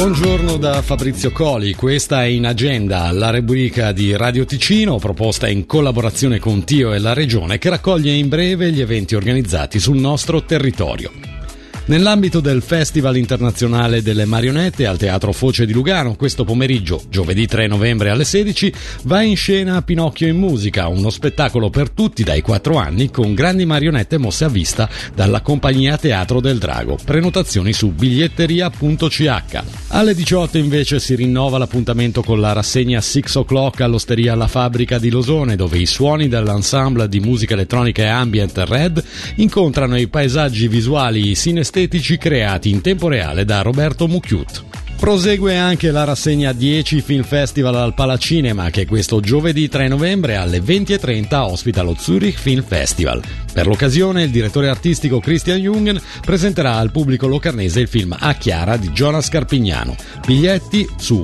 Buongiorno da Fabrizio Coli, questa è In Agenda, la rubrica di Radio Ticino proposta in collaborazione con Tio e la Regione che raccoglie in breve gli eventi organizzati sul nostro territorio. Nell'ambito del Festival Internazionale delle Marionette al Teatro Foce di Lugano, questo pomeriggio, giovedì 3 novembre alle 16, va in scena Pinocchio in musica, uno spettacolo per tutti dai 4 anni con grandi marionette mosse a vista dalla compagnia Teatro del Drago. Prenotazioni su biglietteria.ch. Alle 18 invece si rinnova l'appuntamento con la rassegna 6 O'Clock all'Osteria La Fabbrica di Losone, dove i suoni dell'ensemble di musica elettronica e ambient Red incontrano i paesaggi visuali sinestetici creati in tempo reale da Roberto Mucchiut. Prosegue anche la rassegna 10 Film Festival al Palacinema, che questo giovedì 3 novembre alle 20:30 ospita lo Zurich Film Festival. Per l'occasione il direttore artistico Christian Jungen presenterà al pubblico locarnese il film A Chiara di Jonas Carpignano. Biglietti su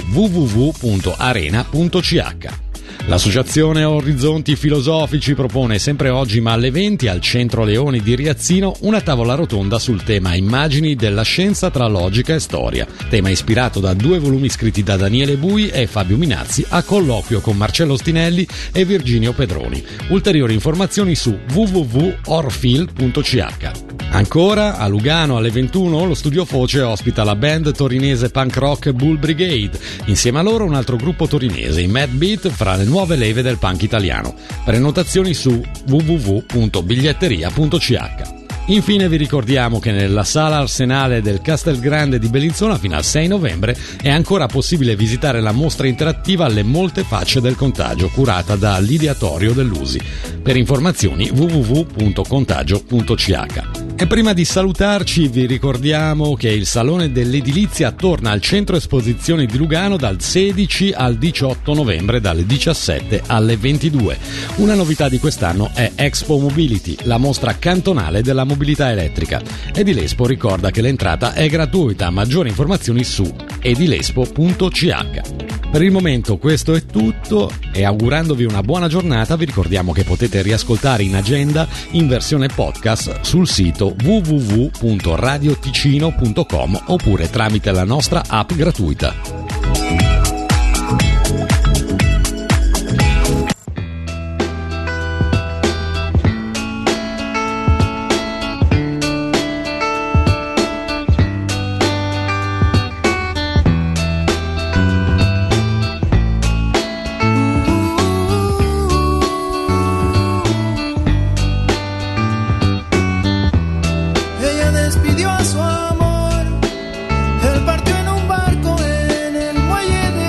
www.arena.ch. L'associazione Orizzonti Filosofici propone sempre oggi ma alle 20 al Centro Leoni di Riazzino una tavola rotonda sul tema Immagini della scienza tra logica e storia, tema ispirato da 2 volumi scritti da Daniele Bui e Fabio Minazzi a colloquio con Marcello Stinelli e Virginio Pedroni. Ulteriori informazioni su www.orfil.ch. Ancora, a Lugano alle 21 lo Studio Foce ospita la band torinese punk rock Bull Brigade. Insieme a loro un altro gruppo torinese, i Mad Beat, fra le nuove leve del punk italiano. Prenotazioni su www.biglietteria.ch. Infine vi ricordiamo che nella sala Arsenale del Castelgrande di Bellinzona fino al 6 novembre è ancora possibile visitare la mostra interattiva Le molte facce del contagio, curata da L'ideatorio dell'Usi. Per informazioni www.contagio.ch. E prima di salutarci vi ricordiamo che il Salone dell'Edilizia torna al Centro Esposizioni di Lugano dal 16 al 18 novembre dalle 17 alle 22. Una novità di quest'anno è Expo Mobility, la mostra cantonale della mobilità elettrica. Edilespo ricorda che l'entrata è gratuita, maggiori informazioni su edilespo.ch. Per il momento questo è tutto e augurandovi una buona giornata vi ricordiamo che potete riascoltare In Agenda in versione podcast sul sito www.radioticino.com oppure tramite la nostra app gratuita. Despidió a su amor, él partió en un barco en el muelle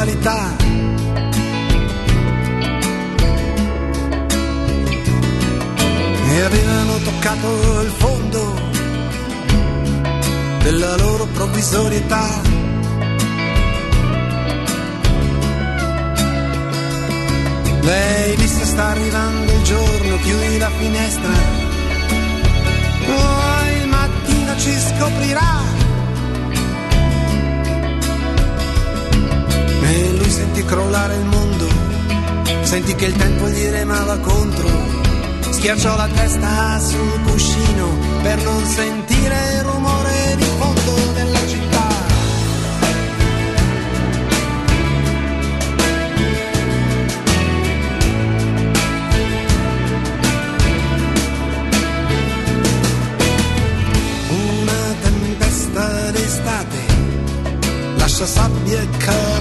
casualità. E avevano toccato il fondo della loro provvisorietà. Lei disse: sta arrivando il giorno, chiudi la finestra, poi il mattino ci scoprirà. E lui sentì crollare il mondo, sentì che il tempo gli remava contro. Schiacciò la testa sul cuscino per non sentire il rumore di fondo della città. Una tempesta d'estate lascia sabbia e calore.